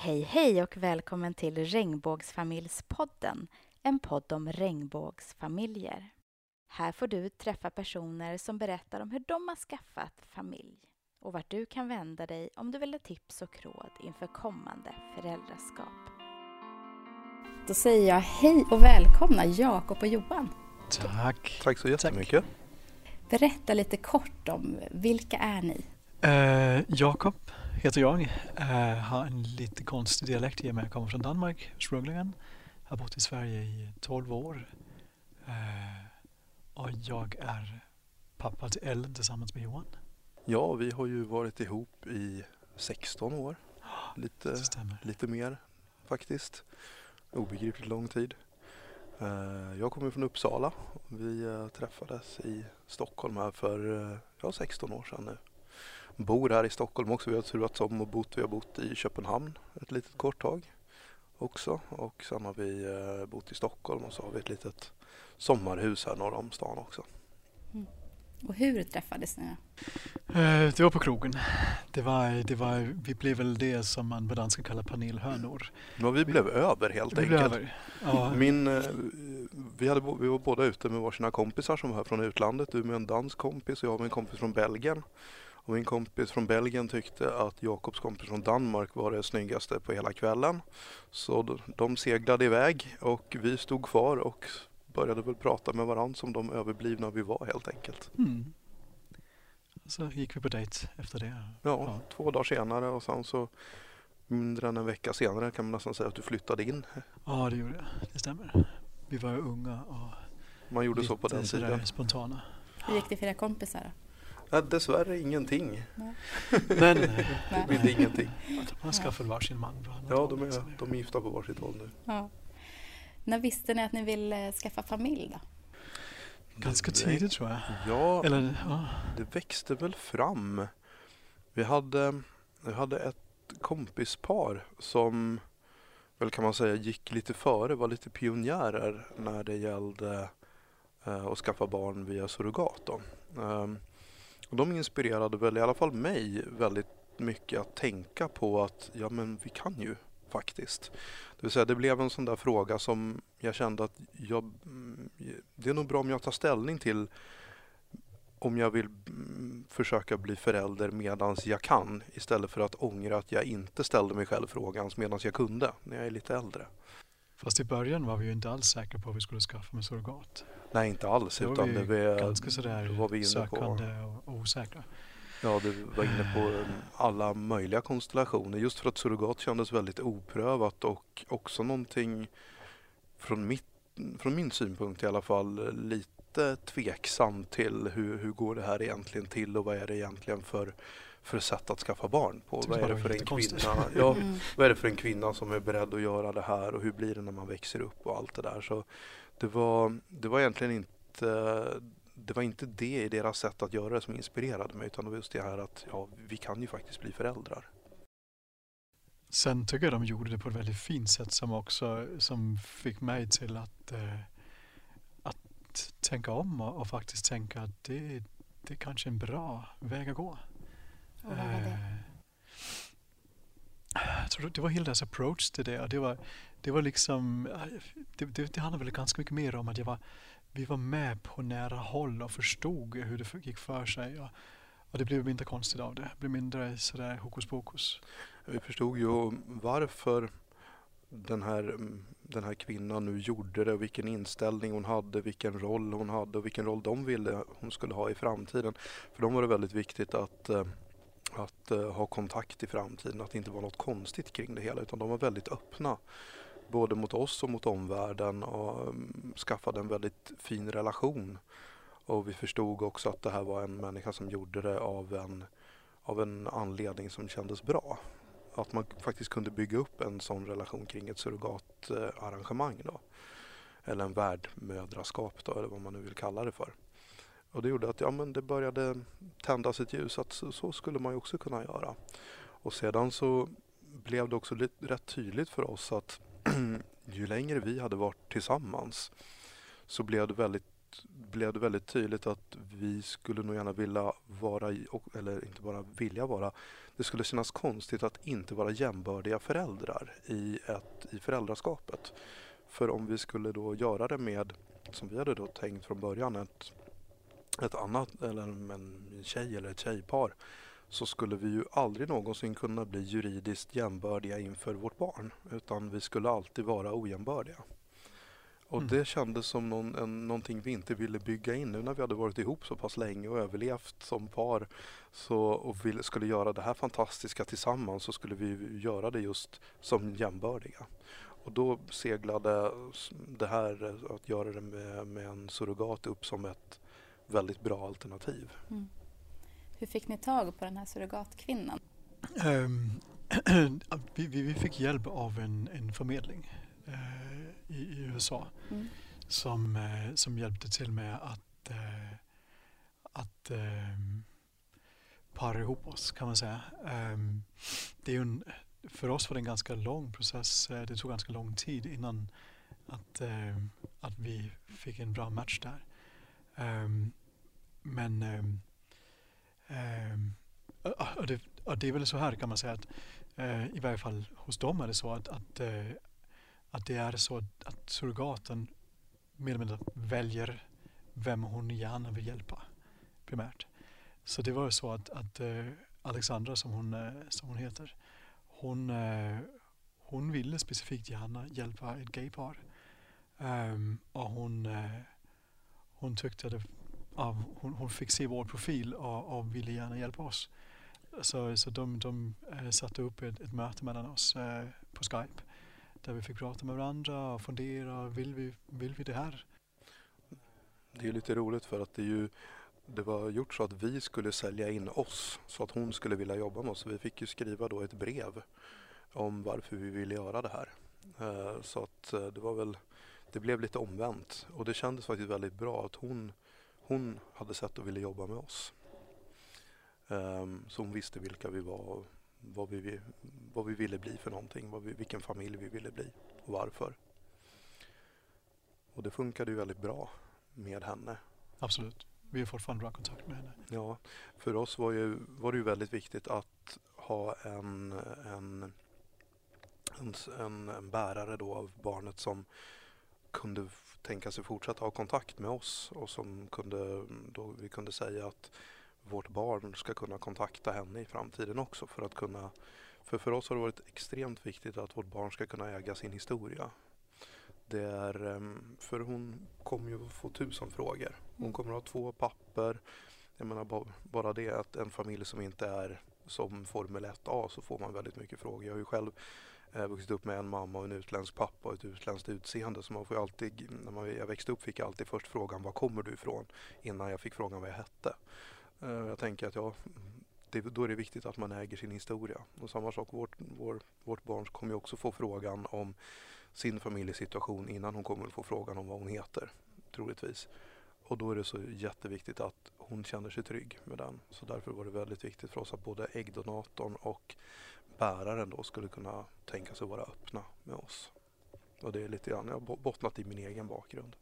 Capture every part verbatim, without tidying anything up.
Hej hej och välkommen till Regnbågsfamiljspodden, en podd om regnbågsfamiljer. Här får du träffa personer som berättar om hur de har skaffat familj och vart du kan vända dig om du vill ha tips och råd inför kommande föräldraskap. Då säger jag hej och välkomna Jakob och Johan. Tack. Tack så jättemycket. Berätta lite kort om vilka är ni? Uh, Jakob heter jag. Uh, har en lite konstig dialekt i och med att jag kommer från Danmark, Sprunglingen. Har bott i Sverige i tolv år. Uh, och jag är pappa till Ellen tillsammans med Johan. Ja, vi har ju varit ihop i sexton år. Lite, lite mer faktiskt. Obegripligt lång tid. Uh, jag kommer från Uppsala. Vi uh, träffades i Stockholm här för uh, ja, sexton år sedan nu. Bor här i Stockholm också. Vi har turats om och bott. Vi har bott i Köpenhamn ett litet kort tag också. Och sen har vi uh, bott i Stockholm och så har vi ett litet sommarhus här norr om stan också. Mm. Och hur träffades ni? Uh, det var på krogen. Det var, det var, vi blev väl det som man på danska kallar panelhönor. Ja, vi blev vi, över helt vi enkelt. Blev över. Ja. Min, uh, vi, hade, vi var båda ute med sina kompisar som var här från utlandet. Du med en dansk kompis och jag med en kompis från Belgien. Och min kompis från Belgien tyckte att Jakobs kompis från Danmark var det snyggaste på hela kvällen. Så de seglade iväg och vi stod kvar och började väl prata med varandra som de överblivna vi var helt enkelt. Mm. Så gick vi på dejt efter det. Ja, ja, två dagar senare och sen så mindre än en vecka senare kan man nästan säga att du flyttade in. Ja, det gjorde jag. Det stämmer. Vi var unga och man gjorde så på den tiden. Spontana. Hur gick det för era kompisar då? Ja, dessvärre ingenting. Nej. Men det blir ingenting. Man skaffade varsin man. Ja, de är, de är gifta på varsitt håll nu. Ja. När visste ni att ni ville skaffa familj då? Ganska tidigt tror jag. Ja, Eller, ja. Det växte väl fram. Vi hade, vi hade ett kompispar som väl kan man säga gick lite före, var lite pionjärer när det gällde uh, att skaffa barn via surrogat då. Um, och de inspirerade väl i alla fall mig väldigt mycket att tänka på att ja men vi kan ju faktiskt. Det vill säga det blev en sån där fråga som jag kände att jag, det är nog bra om jag tar ställning till om jag vill försöka bli förälder medans jag kan istället för att ångra att jag inte ställde mig själv frågan medans jag kunde när jag är lite äldre. Fast i början var vi ju inte alls säkra på att vi skulle skaffa med surrogat. Nej, inte alls. Då utan var vi det var, ganska sådär var vi inne sökande på, och osäkra. Ja, du var inne på alla möjliga konstellationer. Just för att surrogat kändes väldigt oprövat och också någonting från, mitt, från min synpunkt i alla fall lite tveksam till hur, hur går det här egentligen till och vad är det egentligen för, för sätt att skaffa barn på. Vad är det för en kvinna? Ja, mm. Vad är det för en kvinna som är beredd att göra det här och hur blir det när man växer upp och allt det där. Så det var, det var egentligen inte... Det var inte det i deras sätt att göra det som inspirerade mig utan det var just det här att ja, vi kan ju faktiskt bli föräldrar. Sen tycker jag de gjorde det på ett väldigt fint sätt som också som fick mig till att, eh, att tänka om och, och faktiskt tänka att det, det är kanske en bra väg att gå. Och vad var det? Eh, jag tror det var hela deras approach till det. Det var, det var liksom det, det, det handlade väl ganska mycket mer om att jag var vi var med på nära håll och förstod hur det gick för sig. Och, och det blev mindre konstigt av det. Det blev mindre sådär hokus pokus. Vi förstod ju varför den här, den här kvinnan nu gjorde det. Vilken inställning hon hade, vilken roll hon hade och vilken roll de ville hon skulle ha i framtiden. För dem var det väldigt viktigt att, att ha kontakt i framtiden. Att det inte var något konstigt kring det hela utan de var väldigt öppna. Både mot oss och mot omvärlden och um, skaffade en väldigt fin relation. Och vi förstod också att det här var en människa som gjorde det av en, av en anledning som kändes bra. Att man faktiskt kunde bygga upp en sån relation kring ett surrogatarrangemang då. Eller en värdmödraskap då, eller vad man nu vill kalla det för. Och det gjorde att ja, men det började tändas ett ljus att så, så skulle man ju också kunna göra. Och sedan så blev det också lite, rätt tydligt för oss att ju längre vi hade varit tillsammans så blev det väldigt blev det väldigt tydligt att vi skulle nog gärna vilja vara, i, eller inte bara vilja vara, det skulle kännas konstigt att inte vara jämbördiga föräldrar i, ett, i föräldraskapet. För om vi skulle då göra det med, som vi hade då tänkt från början, ett, ett annat, eller en tjej eller ett tjejpar, så skulle vi ju aldrig någonsin kunna bli juridiskt jämbördiga inför vårt barn, utan vi skulle alltid vara ojämbördiga. Och Mm. det kändes som någon, en, någonting vi inte ville bygga in nu när vi hade varit ihop så pass länge och överlevt som par, så, och vi skulle göra det här fantastiska tillsammans, så skulle vi göra det just som jämbördiga. Och då seglade det här att göra det med, med en surrogat upp som ett väldigt bra alternativ. Mm. Hur fick ni tag på den här surrogatkvinnan? Um, vi, vi fick hjälp av en, en förmedling uh, i, i U S A Mm. som, uh, som hjälpte till med att, uh, att um, para ihop oss, kan man säga. Um, det är ju en, för oss var det en ganska lång process. Det tog ganska lång tid innan att, uh, att vi fick en bra match där. Um, men um, um, och, det, och det är väl så här, kan man säga, att uh, i varje fall hos dem är det så att, att, uh, att det är så att, att surrogaten mer eller mindre väljer vem hon gärna vill hjälpa primärt. Så det var ju så att, att uh, Alexandra, som hon, uh, som hon heter, hon, uh, hon ville specifikt gärna hjälpa ett gaypar. Um, och hon, uh, hon tyckte det, uh, hon, hon fick se vår profil och, och ville gärna hjälpa oss. Så, så de, de uh, satte upp ett, ett möte mellan oss uh, på Skype där vi fick prata med varandra och fundera, vill vi, vill vi det här? Det är lite roligt för att det är ju det var gjort så att vi skulle sälja in oss så att hon skulle vilja jobba med oss. Vi fick ju skriva då ett brev om varför vi ville göra det här. Uh, så att uh, det var väl, det blev lite omvänt och det kändes faktiskt väldigt bra att hon, hon hade sett och ville jobba med oss. Um, så hon visste vilka vi var och vad vi, vad vi ville bli för någonting, vad vi, vilken familj vi ville bli och varför. Och det funkade ju väldigt bra med henne. Absolut. Vi har fortfarande bra kontakt med henne. Ja, för oss var, ju, var det ju väldigt viktigt att ha en, en, en, en bärare då av barnet som kunde tänka sig fortsätta ha kontakt med oss och som kunde, då vi kunde säga att vårt barn ska kunna kontakta henne i framtiden också för att kunna, för för oss har det varit extremt viktigt att vårt barn ska kunna äga sin historia. Det är, för hon kommer ju få tusen frågor. Hon kommer ha två papper. Jag menar bara det att en familj som inte är som Formel ett A så får man väldigt mycket frågor. Jag har ju själv eh, vuxit upp med en mamma och en utländsk pappa och ett utländskt utseende. Så man får ju alltid, när man, jag växte upp fick jag alltid först frågan var kommer du ifrån innan jag fick frågan vad jag hette. Eh, jag tänker att ja, det, då är det viktigt att man äger sin historia. Och samma sak, vårt, vår, vårt barn kommer ju också få frågan om sin familjesituation innan hon kommer att få frågan om vad hon heter, troligtvis. Och då är det så jätteviktigt att hon känner sig trygg med den. Så därför var det väldigt viktigt för oss att både äggdonatorn och bäraren då skulle kunna tänka sig vara öppna med oss. Och det är lite grann, jag har bottnat i min egen bakgrund.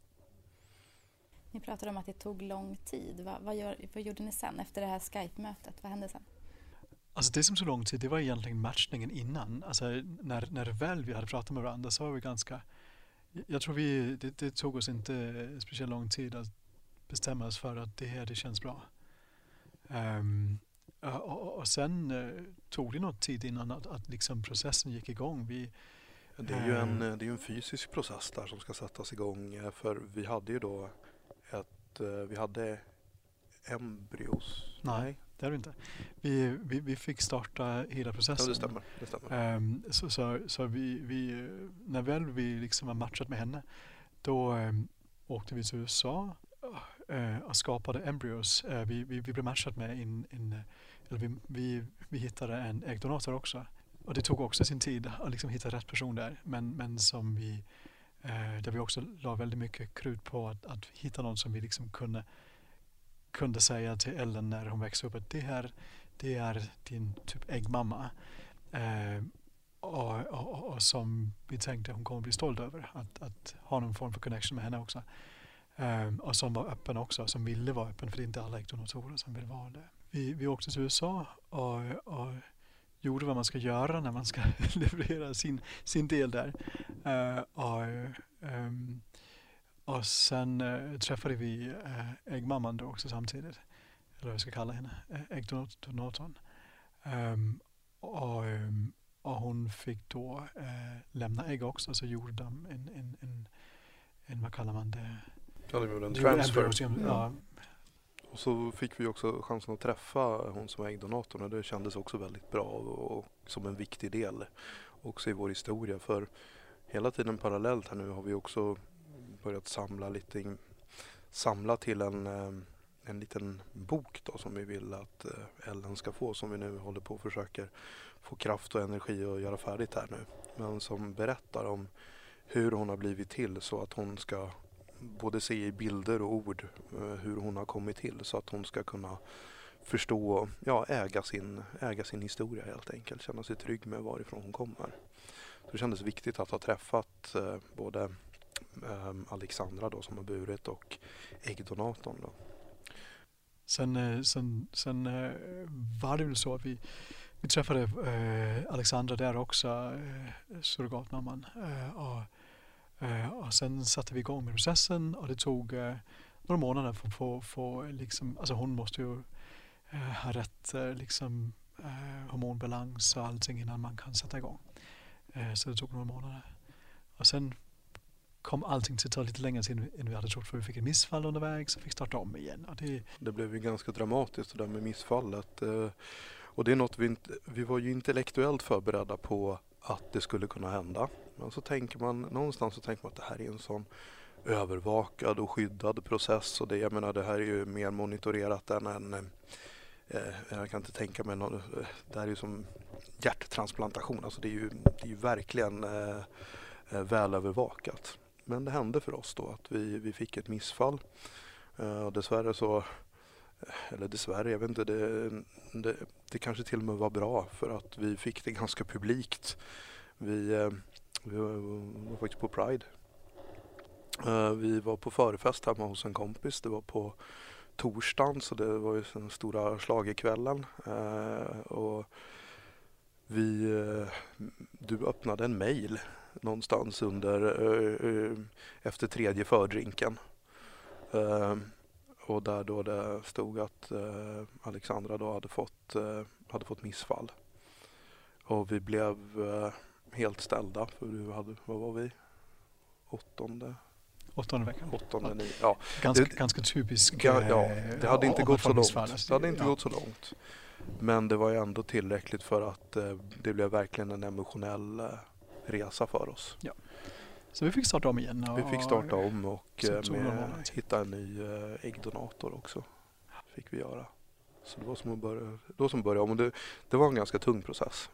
Ni pratade om att det tog lång tid. Vad, vad, gör, vad gjorde ni sen efter det här Skype-mötet? Vad hände sen? Alltså det som så lång tid, det var egentligen matchningen innan. Alltså när, när väl vi hade pratat med varandra så var vi ganska... Jag tror vi, det, det tog oss inte speciellt lång tid att bestämma oss för att det här, det känns bra. Um, och, och sen uh, tog det något tid innan att, att liksom processen gick igång. Vi, det är ju en, det är ju en fysisk process där som ska sättas igång. För vi hade ju då ett... Vi hade embryos... Nej. Det är det inte. Vi, vi, vi fick starta hela processen. Ja, det stämmer. Det stämmer. Um, så så, så vi, vi, när väl vi liksom har matchat med henne, då um, åkte vi till U S A uh, och skapade embryos. Uh, vi, vi, vi blev matchat med en, en eller vi, vi, vi hittade en äggdonator också. Och det tog också sin tid att liksom hitta rätt person där. Men, men som vi, uh, där vi också la väldigt mycket krut på att, att hitta någon som vi liksom kunde kunde säga till Ellen när hon växte upp att det här, det är din typ äggmamma. Eh, och, och, och som vi tänkte hon kommer bli stolt över. Att, att ha någon form för connection med henne också. Um, och som var öppen också, som ville vara öppen, för det är inte alla äggdonatorer som vill vara det. Vi, vi åkte till U S A och, och gjorde vad man ska göra när man ska leverera sin, sin del där. Uh, och, um, och sen uh, träffade vi uh, äggmamman då också samtidigt. Eller vad jag ska kalla henne, äggdonatorn. Um, och, um, och hon fick då uh, lämna ägg också, så gjorde de en, en, en, en vad kallar man det? Ja, de gjorde en transfer. Mm. Ja. Och så fick vi också chansen att träffa hon som är äggdonatorn, och det kändes också väldigt bra och, och som en viktig del också i vår historia. För hela tiden parallellt här nu har vi också börjat samla lite, samla till en, en liten bok då, som vi vill att Ellen ska få, som vi nu håller på och försöker få kraft och energi att göra färdigt här nu. Men som berättar om hur hon har blivit till, så att hon ska både se i bilder och ord hur hon har kommit till, så att hon ska kunna förstå, ja, äga sin, äga sin historia helt enkelt, känna sig trygg med varifrån hon kommer. Så det kändes viktigt att ha träffat eh, både eh, Alexandra då, som har burit, och äggdonatorn då. Sen, sen, sen var det väl så att vi, vi träffade eh, Alexandra där också, eh, surrogatmamman, eh, och Uh, och sen satte vi igång med processen, och det tog uh, några månader för att få, få liksom, alltså hon måste ju uh, ha rätt uh, liksom, uh, hormonbalans och allting innan man kan sätta igång. Uh, så det tog några månader. Och sen kom allting till att ta lite längre tid än vi hade trott, för vi fick ett missfall undervägs och fick starta om igen. Och det... det blev ju ganska dramatiskt det där med missfallet. Uh, och det är något vi inte, vi var ju intellektuellt förberedda på att det skulle kunna hända. Men så tänker man, någonstans så tänker man att det här är en sån övervakad och skyddad process, och det, jag menar, det här är ju mer monitorerat än en, eh, jag kan inte tänka mig någon, det här är ju som hjärttransplantation, alltså det är ju, det är ju verkligen eh, välövervakat. Men det hände för oss då att vi, vi fick ett missfall, eh, och dessvärre så, eller dessvärre, jag vet inte, det, det, det kanske till och med var bra, för att vi fick det ganska publikt. Vi, eh, vi var, var faktiskt på Pride. Uh, vi var på förfest hemma hos en kompis. Det var på torsdagen, så det var ju den stora schlagerkvällen. Uh, och vi, uh, du öppnade en mejl någonstans under uh, uh, efter tredje fördrinken. Uh, och där då det stod att uh, Alexandra då hade fått, uh, hade fått missfall. Och vi blev uh, helt ställda, för du hade, vad var vi? Åttonde? Åttonde veckan. Åttonde, nio, ja. Ganska, det, ganska typisk. Ja, ja, det hade inte gått så långt. Alltså. Det hade inte ja. gått så långt. Men det var ju ändå tillräckligt för att uh, det blev verkligen en emotionell uh, resa för oss. Ja. Så vi fick starta om igen. Och, vi fick starta om och uh, med, hitta en ny uh, äggdonator också. Fick vi göra. Så det var som att börja, då som började om. Det, det var en ganska tung process.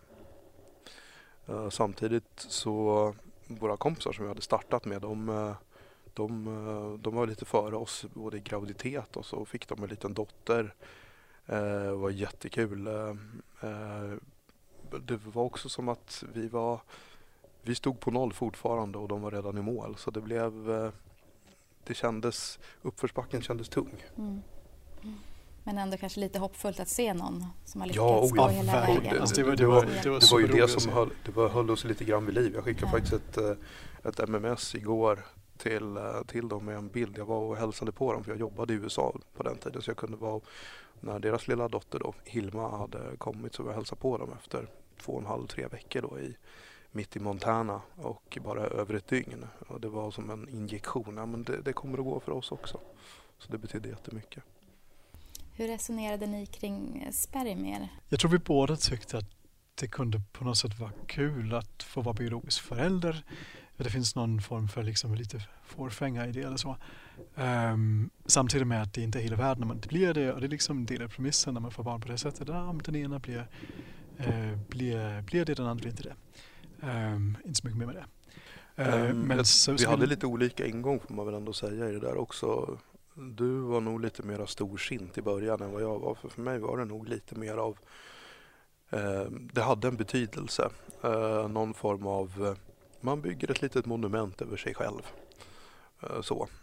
Uh, samtidigt så våra kompisar som vi hade startat med, de, de, de var lite före oss både i graviditet, och så fick de en liten dotter. Uh, det var jättekul. Uh, uh, det var också som att vi var vi stod på noll fortfarande, och de var redan i mål, så det blev uh, det kändes, uppförsbacken kändes tung. Mm. Mm. Men ändå kanske lite hoppfullt att se någon som har lyckats ja, gå ja, hela vägen. vägen. Det, det, det, var, det, var, det var ju det som höll, det var, höll oss lite grann vid liv. Jag skickade ja. faktiskt ett, ett M M S igår till, till dem med en bild. Jag var och hälsade på dem, för jag jobbade i U S A på den tiden, så jag kunde vara, när deras lilla dotter då, Hilma, hade kommit, så jag hälsade på dem efter två och en halv, tre veckor då i mitt i Montana, och bara över ett dygn. Och det var som en injektion. Ja, men det, det kommer att gå för oss också. Så det betyder jättemycket. Hur resonerade ni kring spermier? Jag tror vi båda tyckte att det kunde på något sätt vara kul att få vara biologisk förälder. Det finns någon form för liksom lite fårfänga i det eller så. Um, samtidigt med att det inte är hela världen när man inte blir det. Och det är liksom en del av premissen när man får barn på det sättet. Ja, den ena blir, uh, blir, blir det, den andra blir inte det. Um, inte så mycket mer med det. Uh, um, men så, vi så hade lite olika ingång, får man väl ändå säga, i det där också. Du var nog lite mer storsint i början än vad jag var. För för mig var det nog lite mer av... Eh, det hade en betydelse. Eh, någon form av... Man bygger ett litet monument över sig själv. Eh, så.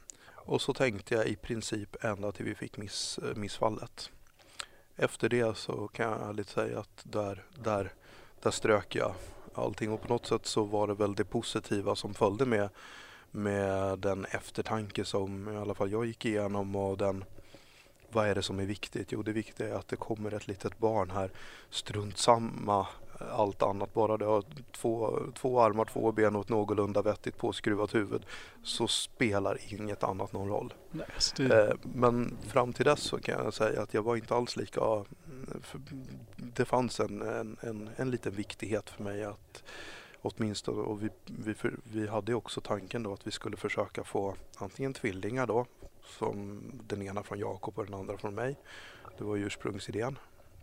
Och så tänkte jag i princip ända till vi fick miss, missfallet. Efter det så kan jag ärligt säga att där, där, där strök jag allting. Och på något sätt så var det väl det positiva som följde med, med den eftertanke som i alla fall jag gick igenom. Och den, vad är det som är viktigt? Jo, det viktiga är att det kommer ett litet barn här. Strunt samma allt annat. Bara det har två, två armar, två ben och ett någorlunda vettigt påskruvat huvud, så spelar inget annat någon roll. Nej, alltså det... eh, men fram till dess så kan jag säga att jag var inte alls lika... För det fanns en, en, en, en liten viktighet för mig att åtminstone, och vi, vi, för, vi hade också tanken då att vi skulle försöka få antingen tvillingar då, som den ena från Jakob och den andra från mig. Det var ursprungsidén.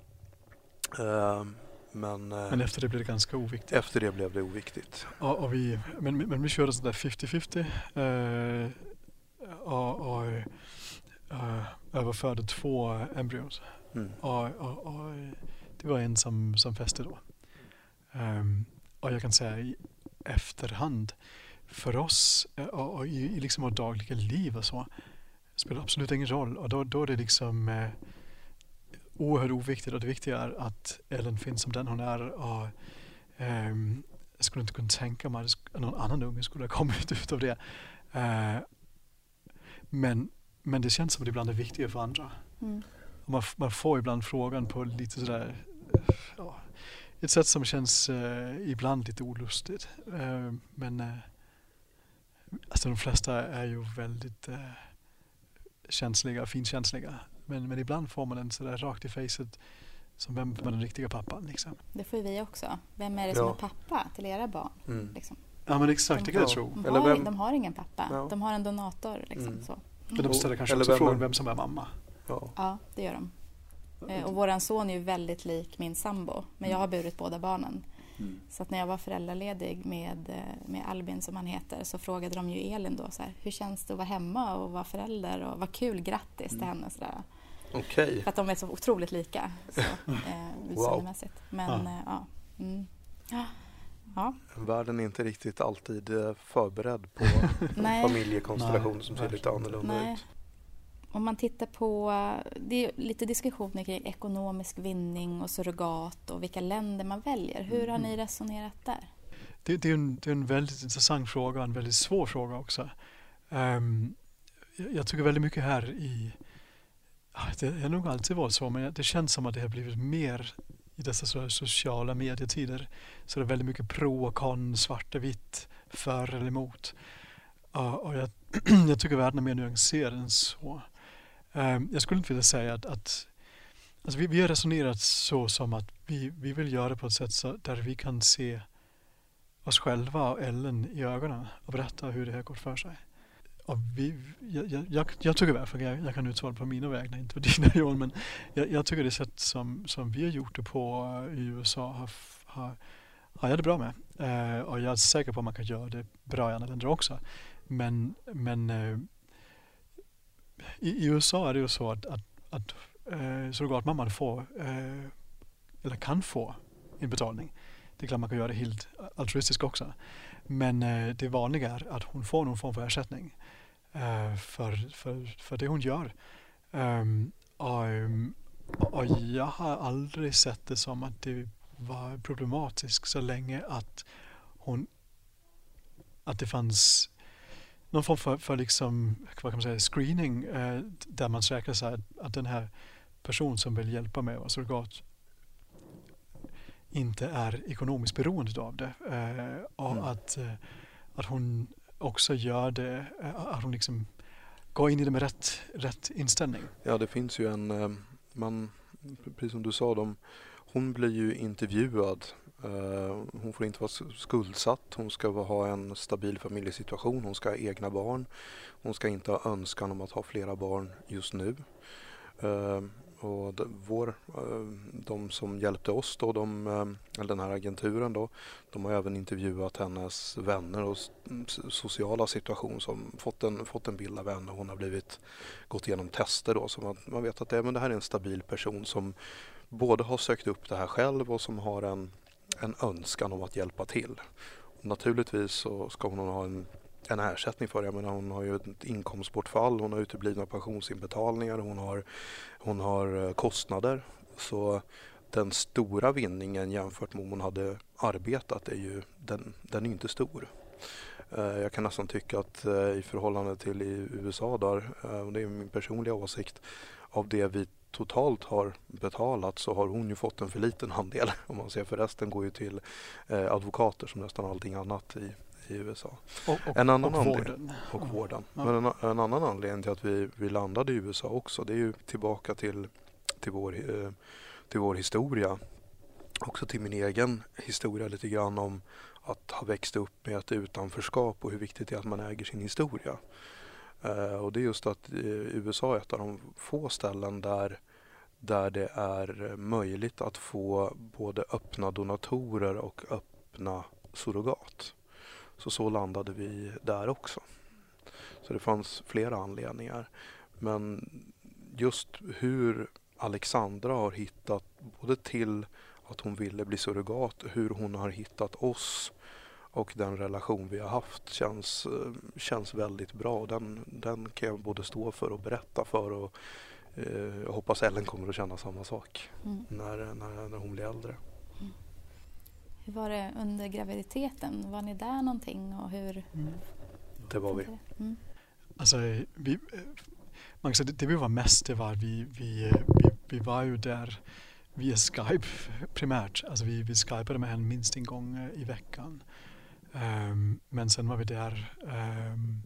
Eh, Men, men efter det blev det ganska oviktigt. Efter det blev det oviktigt. Ja, och vi, men, men vi körde sådär femtio femtio eh, och, och äh, överförde två embryos. Mm. Och, och, och det var en som, som fäste då. Um, och jag kan säga i efterhand för oss och, och i, i liksom vårt dagliga liv och så spelar absolut ingen roll. Och då, då är det liksom eh, oerhört oviktigt, och det viktiga är att Ellen finns som den hon är. Och, um, jag skulle inte kunna tänka mig att någon annan unge skulle ha kommit ut av det. Uh, men, men det känns som att det ibland är viktigare för andra. Mm. Och man, man får ibland frågan på lite sådär, ja, ett sätt som känns uh, ibland lite olustigt. Uh, men uh, alltså de flesta är ju väldigt uh, känsliga, finkänsliga. Men, men ibland får man en sådär rakt i facet som vem är den riktiga pappan. Liksom. Det får vi också. Vem är det som ja. är pappa till era barn? Mm. Liksom. Ja, men exakt, det kan jag tro. De har, vem... de har ingen pappa. Ja. De har en donator. Liksom, mm. så. Men de ställer kanske också vem frågan vem som är mamma. Ja, ja det gör de. Eh, och våran son är ju väldigt lik min sambo. Men jag har burit båda barnen. Mm. Så att när jag var föräldraledig med, med Albin som han heter, så frågade de ju Elin då så här, hur känns det att vara hemma och vara förälder, och vad kul, grattis till henne. Sådär. Okay. För att de är så otroligt lika så, eh, utseendemässigt. Men ja. Ja. Mm. ja. Ja. Världen är inte riktigt alltid förberedd på familjekonstellationer som ser lite annorlunda Nej. ut. Om man tittar på, det är lite diskussioner kring ekonomisk vinning och surrogat och vilka länder man väljer. Hur har ni resonerat där? Det, det, är, en, det är en väldigt intressant fråga, en väldigt svår fråga också. Um, jag tycker väldigt mycket här i, det har nog alltid varit så, men det känns som att det har blivit mer i dessa så sociala medietider. Så det är väldigt mycket pro och kon, svart och vitt, för eller emot. Uh, och jag, jag tycker världen är mer nyanserad än så. Um, jag skulle inte vilja säga att, att alltså vi, vi har resonerat så som att vi, vi vill göra det på ett sätt så, där vi kan se oss själva och Ellen i ögonen och berätta hur det här går för sig. Och vi, jag, jag, jag tycker varför jag, jag kan utsvara på mina vägnar, inte för dina Johan, men jag, jag tycker det sätt som, som vi har gjort det på i U S A har, har, har jag det bra med. Uh, och jag är säker på att man kan göra det bra i andra länder också. Men, men uh, i, i U S A är det ju så att, att, att uh, surrogatmamman får uh, eller kan få en betalning. Det är klart man kan göra det helt altruistiskt också. Men uh, det vanliga är att hon får någon form för ersättning uh, för, för, för det hon gör. Um, och, och jag har aldrig sett det som att det var problematiskt så länge att hon att det fanns någon form för, för liksom, vad kan man säga, screening eh, där man säkrar sig att, att den här personen som vill hjälpa med att surrogat inte är ekonomiskt beroende av det. Eh, och mm. att, eh, att hon också gör det, eh, att hon liksom går in i det med rätt, rätt inställning. Ja, det finns ju en, eh, man, precis som du sa, de, hon blir ju intervjuad. Uh, hon får inte vara skuldsatt, hon ska ha en stabil familjesituation, hon ska ha egna barn, hon ska inte ha önskan om att ha flera barn just nu. Uh, och de, vår, uh, de som hjälpte oss då, de, uh, eller den här agenturen då, de har även intervjuat hennes vänner och sociala situation, som fått en, fått en bild av henne. Hon har blivit, gått igenom tester då, så man, man vet att det, men det här är en stabil person som både har sökt upp det här själv och som har en en önskan om att hjälpa till. Och naturligtvis så ska hon ha en, en ersättning för det. Jag menar, hon har ju ett inkomstbortfall, hon har uteblivna pensionsinbetalningar, hon har, hon har kostnader. Så den stora vinningen jämfört med om hon hade arbetat är ju, den, den är inte stor. Jag kan nästan tycka att i förhållande till i U S A där, och det är min personliga åsikt, av det vi totalt har betalat så har hon ju fått en för liten andel. Om man ser, för resten går ju till advokater som nästan allting annat i, i U S A. Och, och, en annan och vården. Och vården. Ja. Men en, en annan anledning till att vi, vi landade i U S A också, det är ju tillbaka till, till, vår, till vår historia. Också till min egen historia lite grann om att ha växt upp med ett utanförskap och hur viktigt det är att man äger sin historia. Uh, och det är just att uh, U S A är ett av de få ställen där, där det är möjligt att få både öppna donatorer och öppna surrogat. Så så landade vi där också. Så det fanns flera anledningar. Men just hur Alexandra har hittat både till att hon ville bli surrogat, hur hon har hittat oss och den relation vi har haft känns, känns väldigt bra. Den, den kan jag både stå för och berätta för, och eh, jag hoppas Ellen kommer att känna samma sak mm. när, när, när hon blir äldre. Mm. Hur var det under graviditeten? Var ni där någonting? Och hur? Mm. Det var vi. Mm. Alltså, vi, man kan säga, det, det vi var mest det var att vi, vi, vi, vi var ju där via Skype primärt. Alltså vi, vi skypade med henne minst en gång i veckan. Um, men sen var vi där um,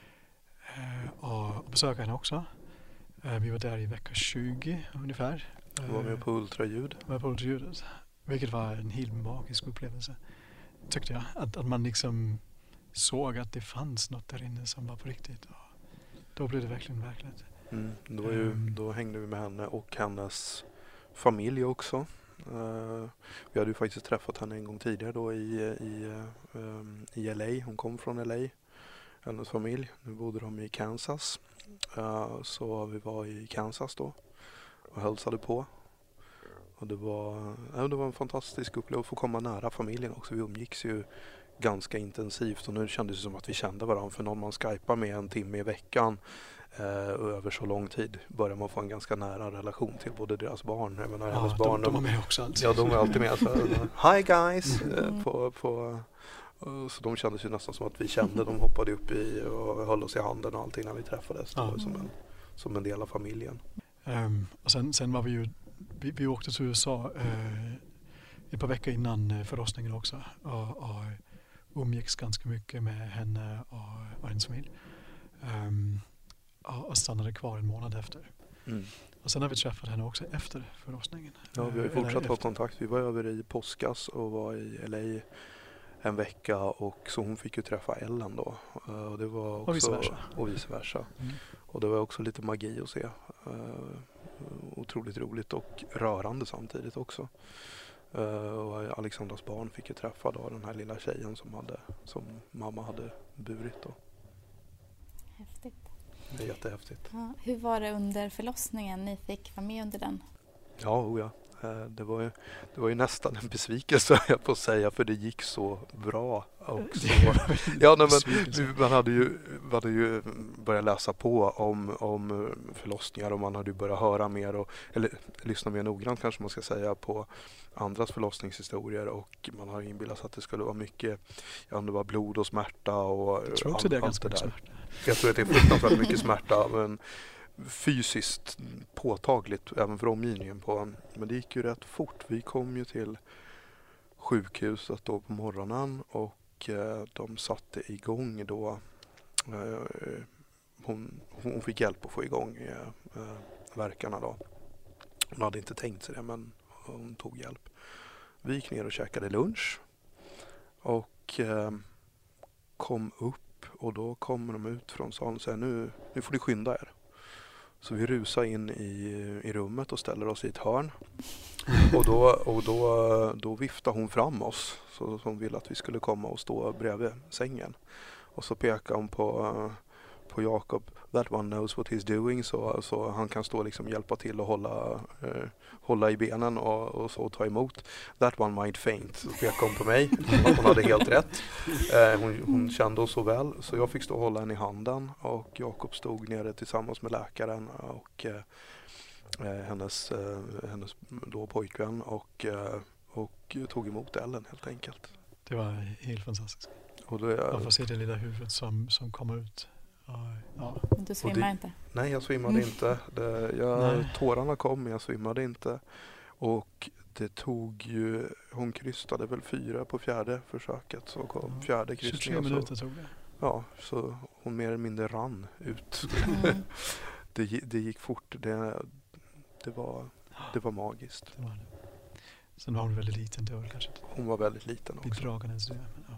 uh, och besökte henne också. Uh, vi var där i vecka tjugo ungefär. Vi var med på ultraljud. Var på ultraljudet. Vilket var en helt magisk upplevelse. Tyckte jag. Att, att man liksom såg att det fanns något där inne som var på riktigt. Och då blev det verkligen verkligt. Mm, då, är ju, um, då hängde vi med henne och hennes familj också. Uh, vi hade ju faktiskt träffat henne en gång tidigare då i, i, um, i L A. Hon kom från L A, hennes familj. Nu bodde de i Kansas. Uh, så vi var i Kansas då och hälsade på. Och det var, ja, det var en fantastisk upplevelse att få komma nära familjen också. Vi umgicks ju ganska intensivt och nu kändes det som att vi kände varandra. För någon man skypar med en timme i veckan eh, och över så lång tid börjar man få en ganska nära relation till både deras barn. Jag menar, ja, hennes de, barn, de var med också alltid. Ja, de var alltid med. Så, hi guys! Mm. På, på, så de kändes ju nästan som att vi kände. De hoppade upp i och höll oss i handen och allting när vi träffades. Ja. Som, en, som en del av familjen. Um, och sen, sen var vi ju Vi, vi åkte till U S A eh, ett par veckor innan förlossningen också och, och umgicks ganska mycket med henne och, och hennes familj. Um, och, och stannade kvar en månad efter. Mm. Och sen har vi träffat henne också efter förlossningen. Ja, vi har ju fortsatt ha kontakt. Vi var över i påskas och var i L A en vecka och så hon fick ju träffa Ellen då. Och, det var också, och vice versa. Och, vice versa. Mm. Och det var också lite magi att se. Uh, otroligt roligt och rörande samtidigt också. Uh, och Alexandras barn fick ju träffa då den här lilla tjejen som, hade, som mamma hade burit då. Häftigt. Det är jättehäftigt. Ja, hur var det under förlossningen? Ni fick vara med under den? Ja, oh ja. Det var, ju, det var ju nästan en besvikelse jag på att säga, för det gick så bra. Och så, ja, nej, men, man, hade ju, man hade ju börjat läsa på om, om förlossningar och man hade ju börjat höra mer och, eller lyssna mer noggrant kanske man ska säga på andras förlossningshistorier, och man har inbillat sig att det skulle vara mycket, ja, det var blod och smärta och jag tror också all, det är ganska mycket smärta. Jag tror att det är fruktansvärt mycket smärta, men fysiskt påtagligt även för omgivningen på. Men det gick ju rätt fort. Vi kom ju till sjukhuset då på morgonen och eh, de satte igång då eh, hon, hon fick hjälp att få igång eh, verkarna då. Hon hade inte tänkt sig det, men hon tog hjälp. Vi gick ner och käkade lunch och eh, kom upp, och då kommer de ut från salen och säger nu, nu får ni skynda er. Så vi rusar in i, i rummet och ställer oss i ett hörn. Och då, och då, då viftar hon fram oss. Så hon ville att vi skulle komma och stå bredvid sängen. Och så pekar hon på, på Jakob. That one knows what he's doing. Så, så han kan stå liksom hjälpa till och hålla, eh, hålla i benen och, och så ta emot. That one might faint. Så pekade hon på mig. Hon hade helt rätt. Eh, hon, hon kände oss så väl. Så jag fick stå och hålla henne i handen. Och Jakob stod nere tillsammans med läkaren och eh, hennes, eh, hennes då pojkvän. Och, eh, och tog emot Ellen helt enkelt. Det var helt fantastiskt. Och då är, jag får se det lilla huvudet som, som kommer ut. Ja. Du svimmar det, inte? Nej, jag svimmade mm. inte. Det, jag, nej. Tårarna kom, men jag svimmade inte. Och det tog ju, hon krystade väl fyra på fjärde försöket. Så kom ja. fjärde krystningen. tjugotre minuter tog det. Ja, så hon mer eller mindre rann ut. Mm. det, det gick fort. Det, det, var, det var magiskt. Det var det. Sen var hon väldigt liten då kanske. Hon var väldigt liten också. Bedragandes det. Ja.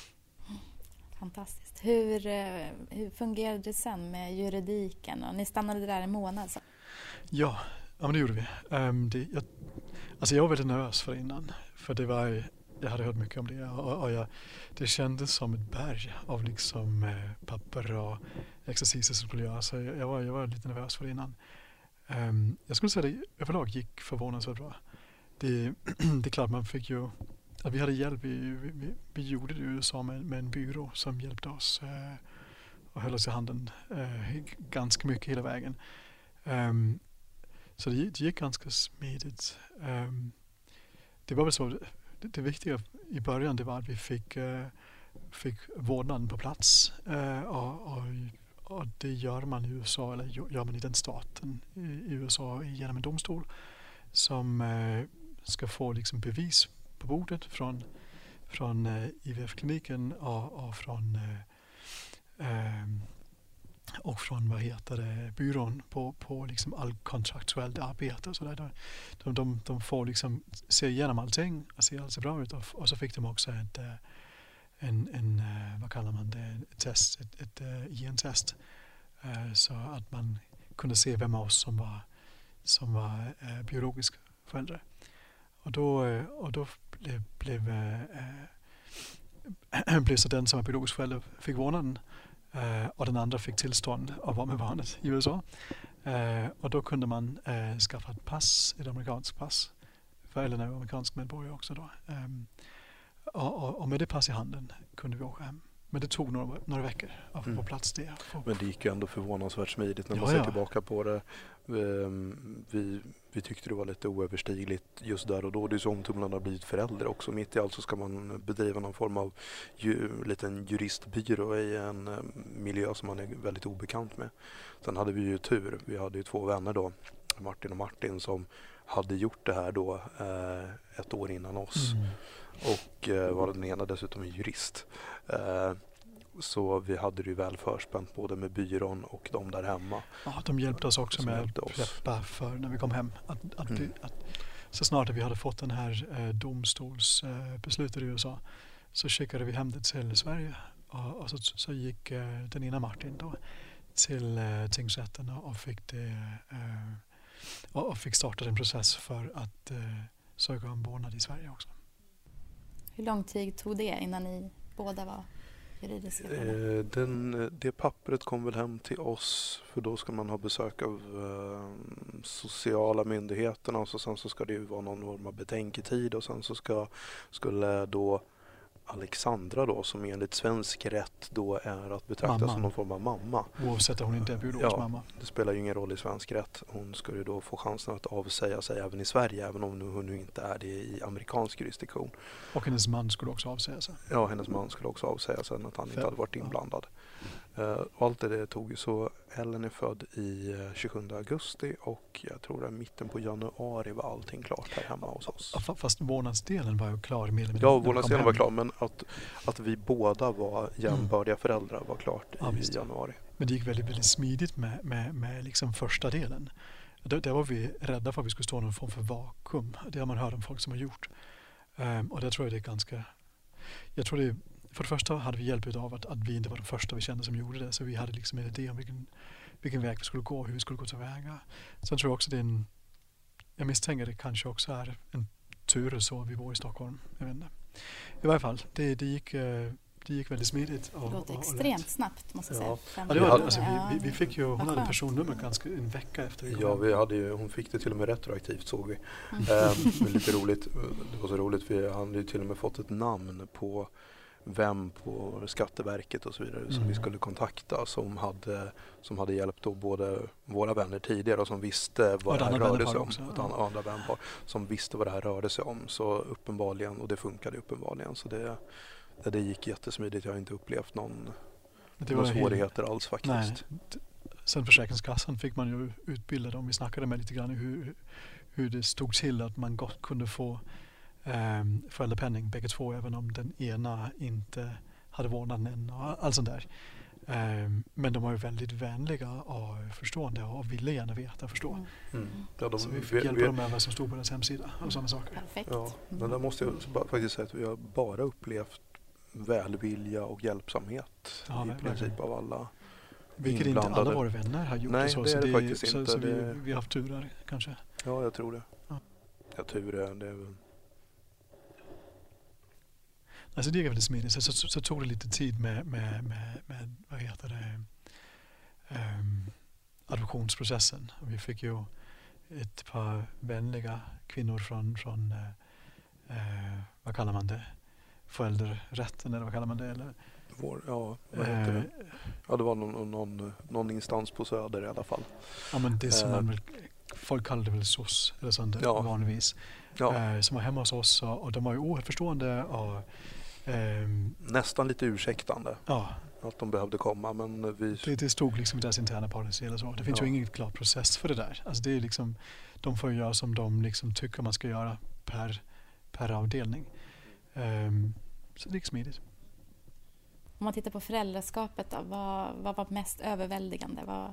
Fantastiskt. Hur, hur fungerade det sen med juridiken? Och ni stannade där en månad så. Ja, ja men det gjorde vi. Um, det, jag, alltså jag var väldigt nervös för innan. För det var, jag hade hört mycket om det. Och, och jag, det kändes som ett berg av liksom eh, papper och exerciser som skulle göra. Så jag, jag, var, jag var lite nervös för innan. Um, jag skulle säga att det överlag gick förvånansvärt bra. Det, det är klart man fick ju att vi hade hjälp. Vi, vi, vi gjorde det i U S A med, med en byrå som hjälpte oss eh, och höll oss i handen eh, ganska mycket hela vägen. Um, så det, det gick ganska smidigt. Um, det var väl så, det, det viktiga i början det var att vi fick, uh, fick vårdnaden på plats uh, och, och, och det gör man i U S A, eller gör man i den staten i, i U S A genom en domstol som uh, ska få liksom bevis på bordet från, från uh, I V F-kliniken och, och från uh, um, och från vad heter det, byrån på, på liksom all kontraktuellt arbete. Så där. De, de, de får liksom se igenom allting och se allt ser bra ut. Och, och så fick de också ett, en, en, vad kallar man det, ett test, ett, ett I N-test. Så att man kunde se vem av oss som var, som var eh, biologisk förälder. Och då, och då blev, blev, eh, blev så den som var biologisk förälder fick vårdnaden. Uh, och den andra fick tillstånd att vara med barnet i U S A. Uh, och då kunde man uh, skaffa ett pass, ett amerikanskt pass. För Ellen är amerikansk medborgare också då. Um, och, och, och med det pass i handen kunde vi åka hem. Men det tog några, några veckor att få mm. plats det. Men det gick ju ändå förvånansvärt smidigt när ja, man ser ja. tillbaka på det. Um, vi, vi tyckte det var lite oöverstigligt just där och då. Det är så om tumlarna har blivit förälder också. Mitt i allt så ska man bedriva någon form av ju, liten juristbyrå i en um, miljö som man är väldigt obekant med. Sen hade vi ju tur. Vi hade ju två vänner då, Martin och Martin, som hade gjort det här då eh, ett år innan oss. Mm. Och eh, var den ena dessutom en jurist. Eh, så vi hade det ju väl förspänt både med byrån och de där hemma. Ja, de hjälpte oss också med att preppa för när vi kom hem. Att, att, mm. att, så snart vi hade fått den här eh, domstolsbeslutet eh, i U S A så skickade vi hem det till Sverige. Och, och så, så gick eh, den ena Martin då till eh, tingsrätten och, och fick det eh, och, och fick starta en process för att eh, söka om vårdnad i Sverige också. Hur lång tid tog det innan ni båda var juridiska? Eh, den, det pappret kom väl hem till oss, för då ska man ha besök av eh, sociala myndigheterna och så, sen så ska det ju vara någon form av betänketid och sen så ska, skulle då Alexandra då, som enligt svensk rätt då är att betrakta mamma. Som någon form av mamma. Oavsett att hon inte är biologisk ja, mamma. Det spelar ju ingen roll i svensk rätt. Hon skulle då få chansen att avsäga sig även i Sverige, även om hon nu inte är det i amerikansk jurisdiktion. Och hennes man skulle också avsäga sig. Ja, hennes man skulle också avsäga sig att han För, inte hade varit inblandad. Ja. Uh, allt det tog ju så. Ellen är född i uh, tjugosjunde augusti och jag tror att mitten på januari var allting klart här hemma hos oss. Ja, fast vårdnadsdelen var ju klar med Ja, vårdnadsdelen var klar, men att, att vi båda var jämbördiga mm. föräldrar var klart ja, i januari. Men det gick väldigt, väldigt smidigt med, med, med liksom första delen. Där, där var vi rädda för att vi skulle stå i någon form för vakuum. Det har man hört om folk som har gjort. Um, och det tror jag det är ganska... Jag tror det, för det första hade vi hjälp av att, att vi inte var de första vi kände som gjorde det. Så vi hade liksom en idé om vilken, vilken väg vi skulle gå, hur vi skulle gå tillväga. Sen tror jag också det är en... Jag misstänker det kanske också är en tur så vi bor i Stockholm. Jag vet inte. I varje fall, det, det, gick, det det gick väldigt smidigt. Och, Det låter och, och extremt lätt. snabbt måste jag Ja. säga. Fem Ja, det var, hade- alltså, Ja. vi, vi, vi fick ju, hon Vad hade skönt. personnummer ganska en vecka efter vi kom Ja, hem. vi hade ju, hon fick det till och med retroaktivt såg vi. Mm. Eh, men lite roligt, det var så roligt för vi hade ju till och med fått ett namn på vem på Skatteverket och så vidare som Mm. vi skulle kontakta som hade, som hade hjälpt då både våra vänner tidigare och som visste Och vad ett det här annat rörde vänpar sig om. också, Ett ja. annat andra vänpar som visste vad det här rörde sig om. Så uppenbarligen, och det funkade uppenbarligen. Så det, det gick jättesmidigt. Jag har inte upplevt någon, Det några var helt- svårigheter alls faktiskt. Nej. D- Sen Försäkringskassan fick man ju utbilda dem. Vi snackade med lite grann hur, hur det stod till att man gott kunde få um, föräldrapenning bägge två även om den ena inte hade vårdnaden och allt sånt där. Um, men de var ju väldigt vänliga och förstående och ville gärna veta och förstå. Mm. Mm. Ja, de, Så vi vi, fick hjälpa vi, dem med vad som stod på deras hemsida och sådana saker. Perfekt. ja, men där måste jag också bara, faktiskt säga att vi har bara upplevt välvilja och hjälpsamhet Ja, i verkligen. princip av alla. Vilket inte alla inblandade. våra vänner har gjort. Nej, och så, det så är det faktiskt så, inte. Så vi, Det- vi har haft tur där kanske. Ja, jag tror det. Ja. Jag tror det. det är, väl- Alltså det gick väldigt smidigt. Så, så, så, så tog det lite tid med, med, med, med vad heter det, um, adoptionsprocessen. Och vi fick ju ett par vänliga kvinnor från, från uh, uh, vad kallar man det? Föräldrarätten eller vad kallar man det? Eller, vår, ja, vad heter uh, det? Ja, det var någon, någon, någon instans på Söder i alla fall. ja, men det som Eh. man väl, folk kallar det väl S O S eller sånt där, Ja. vanligtvis. Ja, Eh, som var hemma hos oss och, och de var ju oerhört förstående och ehm, nästan lite ursäktande ja, att de behövde komma, men vi... det, det stod liksom i deras interna policy eller så. Det finns Ja. ju ingen klar process för det där. Alltså det är liksom, de får göra som de liksom tycker man ska göra per, per avdelning. Ehm, så det gick smidigt. Om man tittar på föräldraskapet då, vad, vad var mest överväldigande? Vad,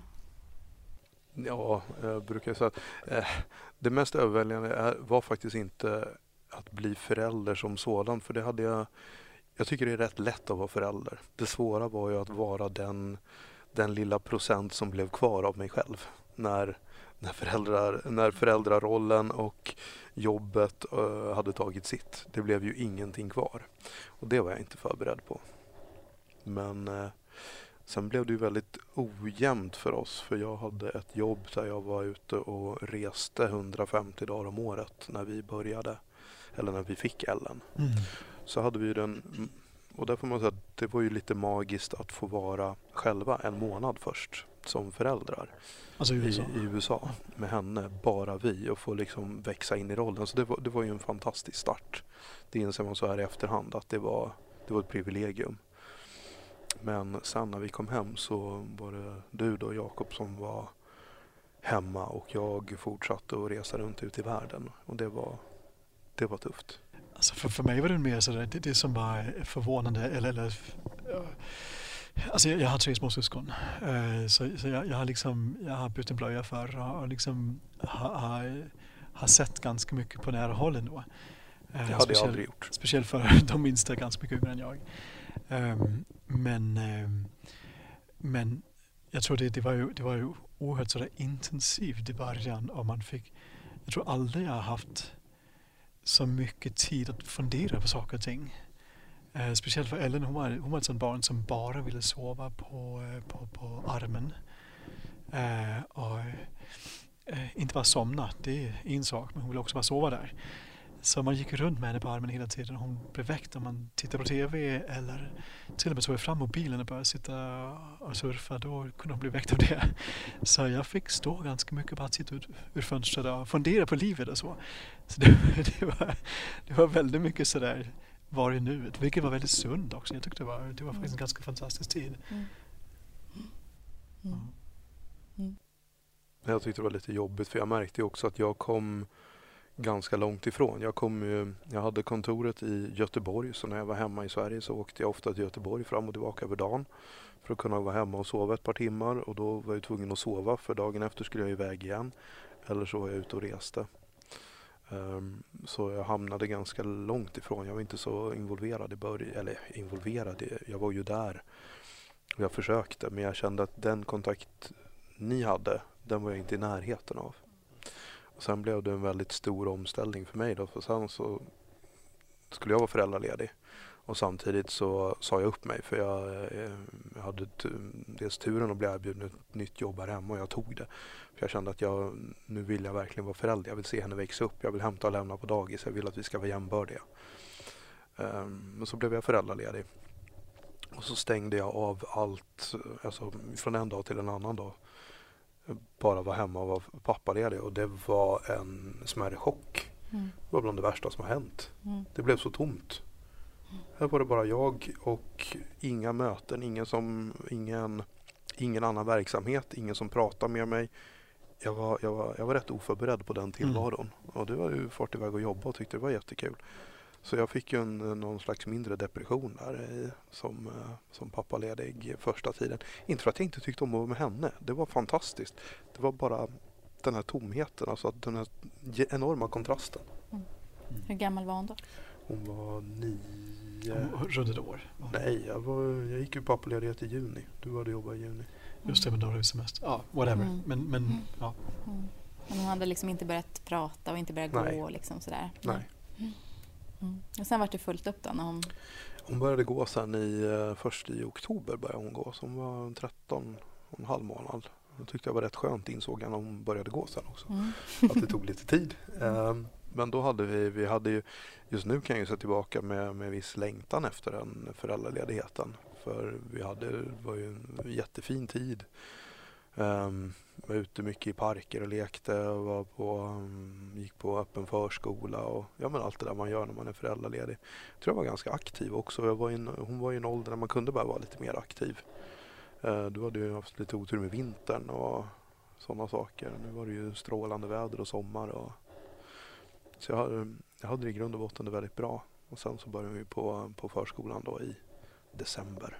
Ja, jag brukar säga att eh, det mest överväldigande är, var faktiskt inte att bli förälder som sådan, för det hade jag... Jag tycker det är rätt lätt att vara förälder. Det svåra var ju att vara den, den lilla procent som blev kvar av mig själv när, när, föräldrar, när föräldrarollen och jobbet eh, hade tagit sitt. Det blev ju ingenting kvar och det var jag inte förberedd på. Men eh, sen blev det ju väldigt ojämnt för oss, för jag hade ett jobb där jag var ute och reste hundrafemtio dagar om året när vi började, eller när vi fick Ellen. Mm. Så hade vi den, och där får man säga att det var ju lite magiskt att få vara själva en månad först som föräldrar Alltså i i, U S A. i U S A med henne, bara vi, och få liksom växa in i rollen. Så det var, det var ju en fantastisk start. Det inser man så här i efterhand att det var, det var ett privilegium. Men sen när vi kom hem så var det du då, Jakob, som var hemma och jag fortsatte att resa runt ut i världen. Och det var, det var tufft. Alltså för, för mig var det mer sådär, det, det som var förvånande eller, eller alltså jag, jag har tre små syskon. Uh, så så jag, jag har liksom, jag har bytt en blöja för och, och liksom har, har, har sett ganska mycket på nära håll ändå. Uh, Det hade jag speciell- aldrig gjort. Speciellt för de minsta är ganska mycket yngre än jag. Um, men, um, men jag tror det, det var ju, det var ju oerhört sådär intensivt i början och man fick, jag tror aldrig jag har haft så mycket tid att fundera på saker och ting. Eh, speciellt för Ellen, hon var, hon var ett sånt barn som bara ville sova på, eh, på, på armen. Eh, och eh, inte bara somna, det är en sak, men hon ville också bara sova där. Så man gick runt med henne på armen hela tiden. Hon blev väckt om man tittade på tv eller till och med tog jag fram mobilen och började sitta och surfa. Då kunde hon bli väckt av det. Så jag fick stå ganska mycket, bara sitta ut ur fönstret och fundera på livet och så. Så det, det, var, det var väldigt mycket sådär var i nuet, vilket var väldigt sunt också. Jag tyckte det var, det var faktiskt en ganska fantastisk tid. mm. Mm. Mm. Jag tyckte det var lite jobbigt, för jag märkte ju också att jag kom ganska långt ifrån. Jag, kom ju, jag hade kontoret i Göteborg, så när jag var hemma i Sverige så åkte jag ofta till Göteborg fram och tillbaka över dagen för att kunna vara hemma och sova ett par timmar, och då var jag tvungen att sova för dagen efter skulle jag iväg igen, eller så var jag ute och reste. Um, så jag hamnade ganska långt ifrån. Jag var inte så involverad i början, eller involverad, i, jag var ju där och jag försökte, men jag kände att den kontakt ni hade, den var jag inte i närheten av. Och sen blev det en väldigt stor omställning för mig då, för sen så skulle jag vara föräldraledig Och samtidigt så sa jag upp mig för jag, jag hade t- dels turen att bli erbjuden ett nytt jobb här hemma och jag tog det. För jag kände att jag, nu vill jag verkligen vara förälder. Jag vill se henne växa upp. Jag vill hämta och lämna på dagis. Jag vill att vi ska vara jämbördiga. Um, men så blev jag föräldraledig. Och så stängde jag av allt, alltså från en dag till en annan dag. Bara var hemma och var pappaledig. Och det var en smärre chock. Mm. Det var bland det värsta som har hänt. Mm. Det blev så tomt. Här var det bara jag och inga möten, ingen, som, ingen, ingen annan verksamhet, ingen som pratade med mig. Jag var, jag var, jag var rätt oförberedd på den tillvaron. Mm. Och det var ju fart iväg och jobba och tyckte det var jättekul. Så jag fick ju en, någon slags mindre depression där i, som, som pappaledig första tiden. Inte för att jag inte tyckte om att vara med henne. Det var fantastiskt. Det var bara den här tomheten, alltså den här enorma kontrasten. Mm. Hur gammal var hon då? Hon var nio... Runt ett år? Nej, jag, var, jag gick ju pappaledighet i juni. Du hade jobbat i juni. Just det, men då var det semester. Ja, whatever. Mm. Men, men, mm. ja. Mm. Men hon hade liksom inte börjat prata och inte börjat Nej. gå och liksom sådär. Nej. Mm. Mm. Och sen var det fullt upp då när hon... Hon började gå sen i, först i oktober började hon gå. Så hon var tretton och en halv månad. Jag tyckte jag var rätt skönt, insåg jag när hon började gå sen också. Mm. Att det tog lite tid. Um, men då hade vi, vi hade ju, just nu kan jag ju se tillbaka med, med viss längtan efter den föräldraledigheten. För vi hade, det var ju en jättefin tid. Um, var ute mycket i parker och lekte och var på, um, gick på öppen förskola och ja, men allt det där man gör när man är föräldraledig. Jag tror jag var ganska aktiv också. Jag var in, hon var i en ålder där man kunde bara vara lite mer aktiv. Uh, då hade jag haft lite otur med vintern och sådana saker. Nu var det ju strålande väder och sommar. Och, så jag hade, jag hade det i grund och botten det väldigt bra. Och sen så började vi på, på förskolan då i december.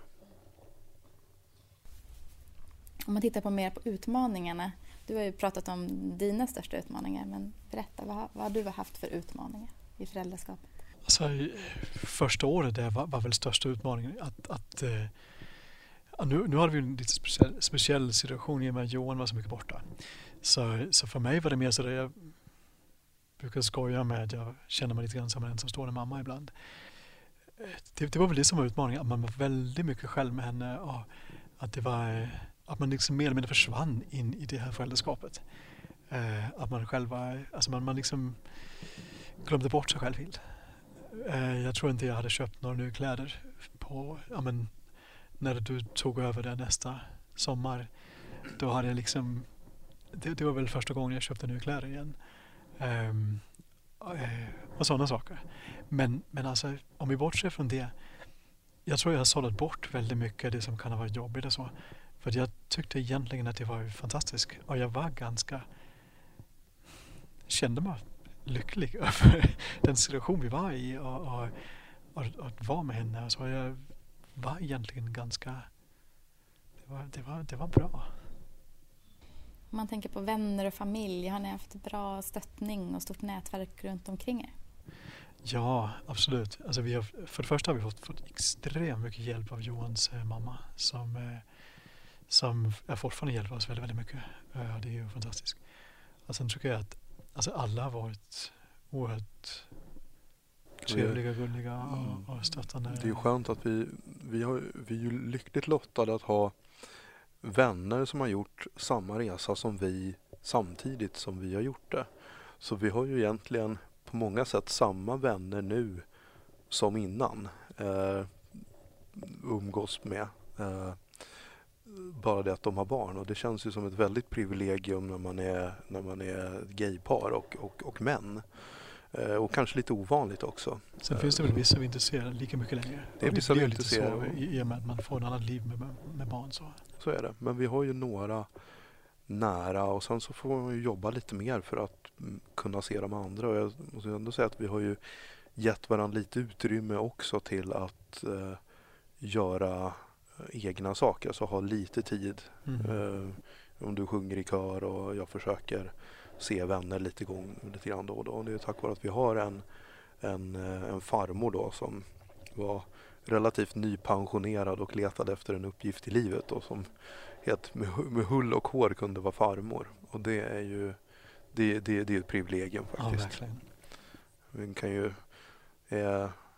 Om man tittar på mer på utmaningarna. Du har ju pratat om dina största utmaningar. Men berätta, vad, vad har du haft för utmaningar i föräldraskapet? Alltså, första året det var, var väl största utmaningen. Att, att, eh, nu, nu hade vi en lite speciell, speciell situation i och med att Johan var så mycket borta. Så, så för mig var det mer så att jag brukar skoja med att jag känner mig lite grann som en ensamstående mamma ibland. Det, det var väl det som var utmaningen. Att man var väldigt mycket själv med henne. Och att det var... Att man liksom mer eller mindre försvann in i det här föräldraskapet. Eh, att man själv var, alltså man, man liksom glömde bort sig själv helt. Eh, jag tror inte jag hade köpt några nya kläder på, ja men, när du tog över det nästa sommar. Då hade jag liksom, det, det var väl första gången jag köpte nya kläder igen. Eh, eh, och sådana saker. Men, men alltså, om vi bortser från det, jag tror jag har sållat bort väldigt mycket det som kan ha varit jobbigt och så. För jag tyckte egentligen att det var fantastiskt. Och jag var ganska... Kände mig lycklig över den situation vi var i. Och, och, och, och att vara med henne. Så jag var egentligen ganska... Det var, det var, det var bra. Om man tänker på vänner och familj. Har ni haft bra stöttning och stort nätverk runt omkring er? Ja, absolut. Alltså vi har, för det första har vi fått, fått extremt mycket hjälp av Johans eh, mamma. Som... Eh, som jag fortfarande hjälper oss väldigt, väldigt mycket. Uh, det är ju fantastiskt. Och sen tycker jag att alltså alla har varit oerhört trevliga, gulliga och, och stöttande. Det är ju skönt att vi, vi, har, vi är ju lyckligt lottade att ha vänner som har gjort samma resa som vi samtidigt som vi har gjort det. Så vi har ju egentligen på många sätt samma vänner nu som innan. Uh, umgås med. Uh, Bara det att de har barn, och det känns ju som ett väldigt privilegium när man är, när man är gaypar och, och, och män. Eh, och kanske lite ovanligt också. Sen finns det väl vissa vi inte ser lika mycket längre. Det är vissa vi inte ser. Så, i och med att man får ett annat liv med, med barn. Så. så är det. Men vi har ju några nära, och sen så får man ju jobba lite mer för att kunna se de andra. Och jag måste ändå säga att vi har ju gett varandra lite utrymme också till att eh, göra egna saker, så ha lite tid. Mm. Uh, om du sjunger i kör och jag försöker se vänner lite, gång, lite grann då och då. Och det är tack vare att vi har en, en, en farmor då som var relativt nypensionerad och letade efter en uppgift i livet och som helt med, med hull och hår kunde vara farmor. Och det är ju det, det, det är ett privilegium faktiskt. Ja, verkligen. Vi kan ju eh,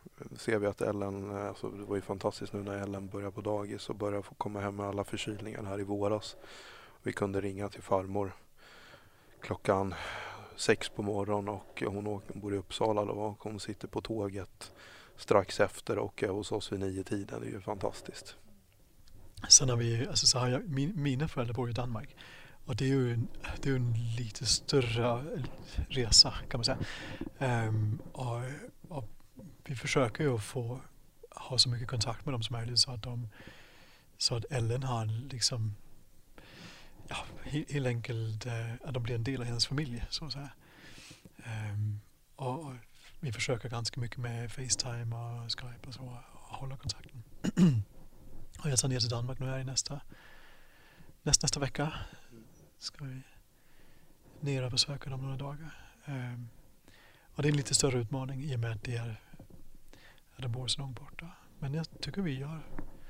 ser vi att Ellen, alltså det var ju fantastiskt nu när Ellen började på dagis och började få komma hem med alla förkylningar här i våras. Vi kunde ringa till farmor klockan sex på morgonen och hon, åker, hon bor i Uppsala då, och hon sitter på tåget strax efter och är hos oss vid nio tiden. Det är ju fantastiskt. Sen har vi, alltså så har jag, min, mina föräldrar bor i Danmark och det är ju en, det är en lite större resa kan man säga. Um, och, och vi försöker ju få ha så mycket kontakt med dem som möjligt så att de, så att Ellen har liksom ja, helt enkelt uh, att de blir en del av hennes familj så att säga. Um, och, och vi försöker ganska mycket med FaceTime och Skype och så och hålla kontakten. Och jag tar ner till Danmark nu här i nästa, nästa, nästa vecka. Ska vi ner och besöka dem några dagar. Um, och det är en lite större utmaning i och med att det är att de bor så långt borta. Men jag tycker vi gör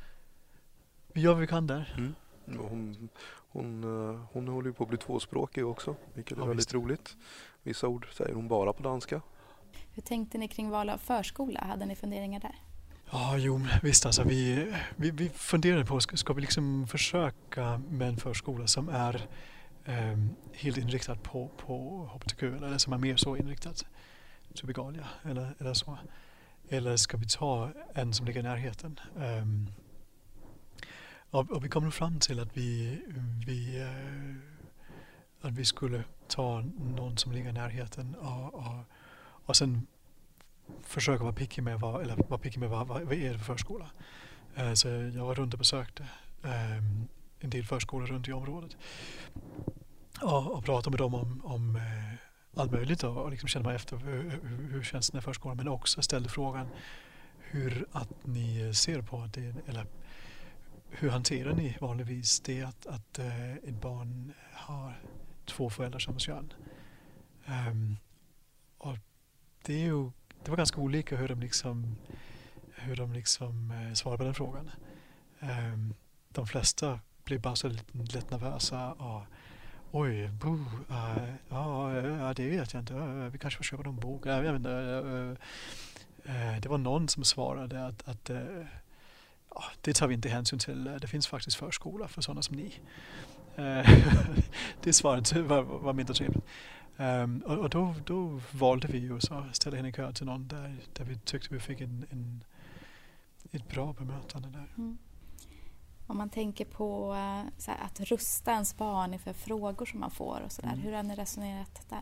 vi gör vad vi kan där. Mm. Hon, hon, hon håller ju på att bli tvåspråkig också, vilket är Ja, väldigt visst. roligt. Vissa ord säger hon bara på danska. Hur tänkte ni kring val av förskola? Hade ni funderingar där? Ja, jo, visst alltså. Vi, vi, vi funderade på, ska, ska vi liksom försöka med en förskola som är um, helt inriktad på, på H B T Q eller som är mer så inriktat till Begalia eller, eller så. Eller ska vi ta en som ligger i närheten? Um, och, och vi kom fram till att vi, vi, uh, att vi skulle ta någon som ligger i närheten och, och, och sen försöka vara picky med vad, eller vara picky med vad, vad, vad är det för förskola. Uh, så jag var runt och besökte um, en del förskolor runt i området och, och pratade med dem om, om uh, allt möjligt och, och liksom kände mig efter hur, hur, hur känns den här förskolan, men också ställde frågan hur att ni ser på att det, eller hur hanterar ni vanligtvis det att, att uh, ett barn har två föräldrar samma kön. Um, och det är ju det var ganska olika hur de liksom hur de liksom uh, svarade på den frågan. Um, de flesta blev bara så lite lätt nervösa och oj, bo, uh, ja, ja, det vet jag inte. Uh, vi kanske får köpa någon bok. Uh, jag vet inte, uh, uh, det var någon som svarade att, att uh, uh, det tar vi inte hänsyn till. Det finns faktiskt förskola för sådana som ni. Uh, det svaret var, var mindre trevligt. Um, och och då, då valde vi ju att ställa henne i kö till någon där, där vi tyckte vi fick en, en, ett bra bemötande där. Mm. Om man tänker på så här, att rusta ens barn inför frågor som man får och sådär. Mm. Hur har ni resonerat där?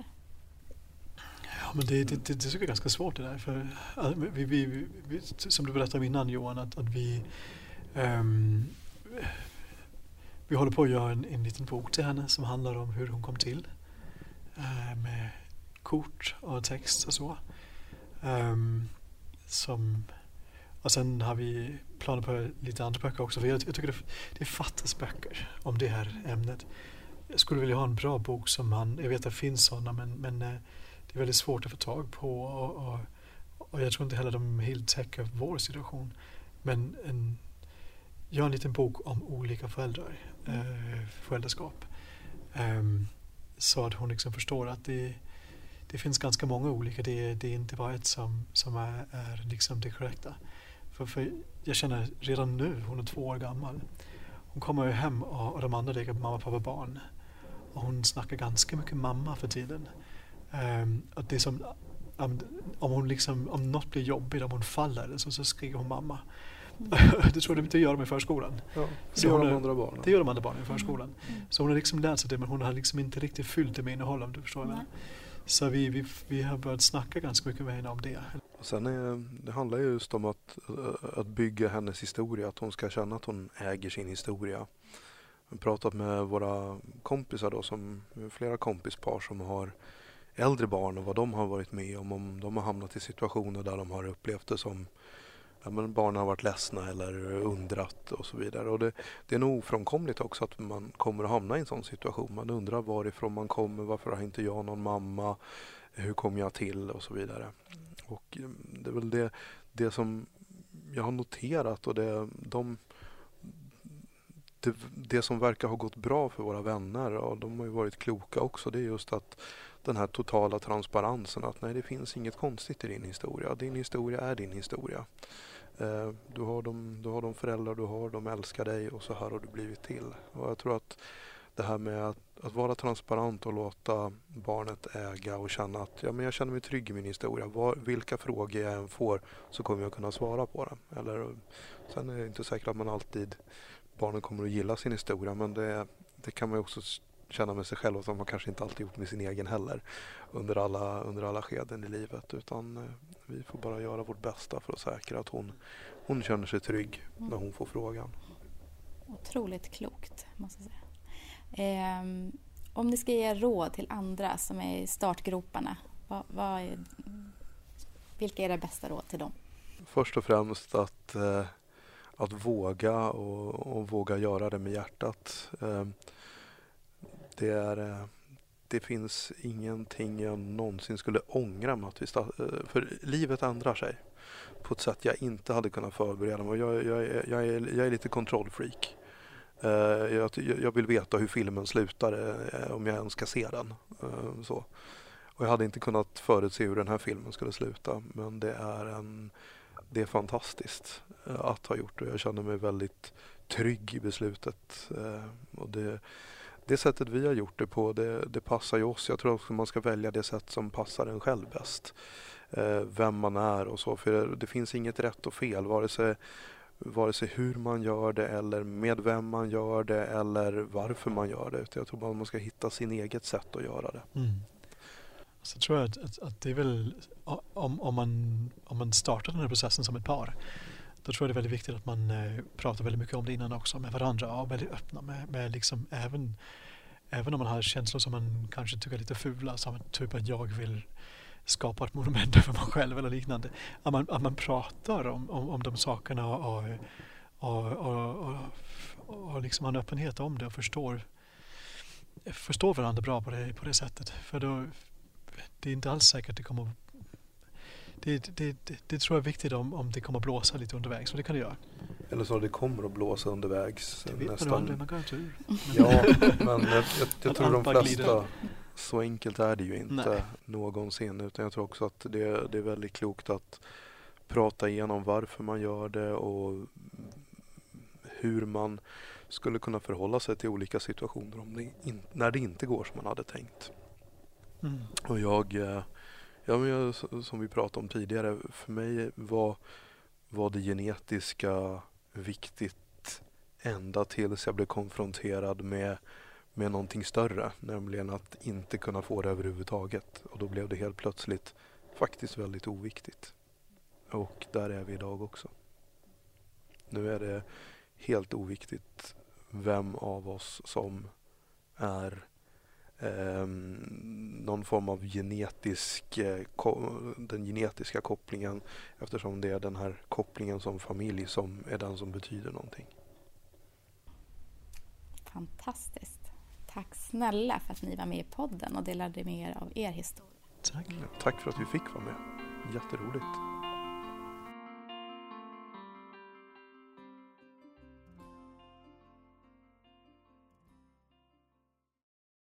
Ja, men det, det, det, det tycker jag är ganska svårt det där. För, vi, vi, vi, som du berättade innan Johan, att, att vi um, vi håller på att göra en, en liten bok till henne som handlar om hur hon kom till. Uh, med kort och text och så. Um, som, och sen har vi planer på lite andra böcker också. För jag, jag tycker det, det fattas böcker om det här ämnet. Jag skulle vilja ha en bra bok som man, jag vet att det finns sådana, men, men uh, det är väldigt svårt att få tag på. Och, och, och jag tror inte heller de helt täcker vår situation. Men en, gör en liten bok om olika föräldrar, uh, föräldraskap. Um, Så att hon liksom förstår att det, det finns ganska många olika. Det, det är inte bara ett som, som är, är liksom det korrekta. För, för jag känner redan nu, hon är två år gammal. Hon kommer ju hem och, och de andra leker mamma, pappa, barn. Och hon snackar ganska mycket mamma för tiden. Um, att det är som, um, om, hon liksom, om något blir jobbigt, om hon faller så, så skriker hon mamma. Det tror jag det gör de i förskolan. Ja, det gör de andra barnen. Det gör de andra barnen i förskolan. Mm. Så hon har liksom lärt sig det, men hon har liksom inte riktigt fyllt det med innehåll, om du förstår mig. Så vi, vi, vi har börjat snacka ganska mycket med henne om det. Och sen är, det handlar just om att, att bygga hennes historia, att hon ska känna att hon äger sin historia. Vi har pratat med våra kompisar då, som flera kompispar som har äldre barn och vad de har varit med om, om de har hamnat i situationer där de har upplevt det som ja, men barnen har varit ledsna eller undrat och så vidare. Och det, det är nog ofrånkomligt också att man kommer att hamna i en sån situation. Man undrar varifrån man kommer, varför har inte jag någon mamma, hur kom jag till och så vidare. Och det är väl det, det som jag har noterat och det, de det, det som verkar ha gått bra för våra vänner, och de har ju varit kloka också, det är just att den här totala transparensen, att nej, det finns inget konstigt i din historia. Din historia är din historia. Eh, du har de, du har de föräldrar du har, de älskar dig och så här har du blivit till. Och jag tror att det här med att, att vara transparent och låta barnet äga och känna att ja, men jag känner mig trygg i min historia. Var, vilka frågor jag än får så kommer jag kunna svara på det. Eller, sen är det inte säkert att man alltid, barnen kommer att gilla sin historia, men det, det kan man ju också känna med sig själv, som man kanske inte alltid gjort med sin egen heller under alla, under alla skeden i livet, utan eh, vi får bara göra vårt bästa för att säkra att hon, hon känner sig trygg när hon får frågan. Otroligt klokt, måste jag säga. Eh, om ni ska ge råd till andra som är i startgroparna, vad, vad är, vilka är det bästa råd till dem? Först och främst att, eh, att våga och, och våga göra det med hjärtat. Eh, det, är, eh, det finns ingenting jag någonsin skulle ångra med att vi start, eh, för livet ändrar sig på ett sätt jag inte hade kunnat förbereda mig. Jag, jag, jag, är, jag är lite kontrollfreak. Uh, jag, jag vill veta hur filmen slutar uh, om jag ens ska se den. Uh, så. Och jag hade inte kunnat förutse hur den här filmen skulle sluta, men det är, en, det är fantastiskt uh, att ha gjort, och jag känner mig väldigt trygg i beslutet. Uh, och det, det sättet vi har gjort det på, det, det passar ju oss. Jag tror också man ska välja det sätt som passar en själv bäst. Uh, vem man är och så, för det, det finns inget rätt och fel, vare sig vare sig hur man gör det eller med vem man gör det eller varför man gör det. Jag tror bara man ska hitta sin eget sätt att göra det. Mm. Så tror jag att, att, att det är väl, om, om, man, om man startar den här processen som ett par, då tror jag det är väldigt viktigt att man eh, pratar väldigt mycket om det innan också med varandra och väldigt öppna med, med liksom även, även om man har känslor som man kanske tycker är lite fula, som typ att jag vill skapa ett monument för mig själv eller liknande. Att man, att man pratar om, om, om de sakerna och, och, och, och, och liksom har en öppenhet om det och förstår, förstår varandra bra på det, på det sättet. För då, det är inte alls säkert att det kommer det, det, det, det tror jag är viktigt om, om det kommer att blåsa lite undervägs, för det kan det göra. Eller så det kommer att blåsa undervägs. Det vet nästan. man aldrig, man kan inte ur. Ja, men jag, jag, jag tror de flesta, så enkelt är det ju inte Nej. någonsin, utan jag tror också att det, det är väldigt klokt att prata igenom varför man gör det och hur man skulle kunna förhålla sig till olika situationer om det in, när det inte går som man hade tänkt. Mm. Och jag, ja, men jag, som vi pratade om tidigare, för mig var, var det genetiska viktigt ända tills jag blev konfronterad med med någonting större, nämligen att inte kunna få det överhuvudtaget. Och då blev det helt plötsligt faktiskt väldigt oviktigt. Och där är vi idag också. Nu är det helt oviktigt vem av oss som är eh, någon form av genetisk, eh, ko- den genetiska kopplingen, eftersom det är den här kopplingen som familj som är den som betyder någonting. Fantastiskt. Tack snälla för att ni var med i podden och delade med er av er historia. Tack. Tack för att vi fick vara med. Jätteroligt.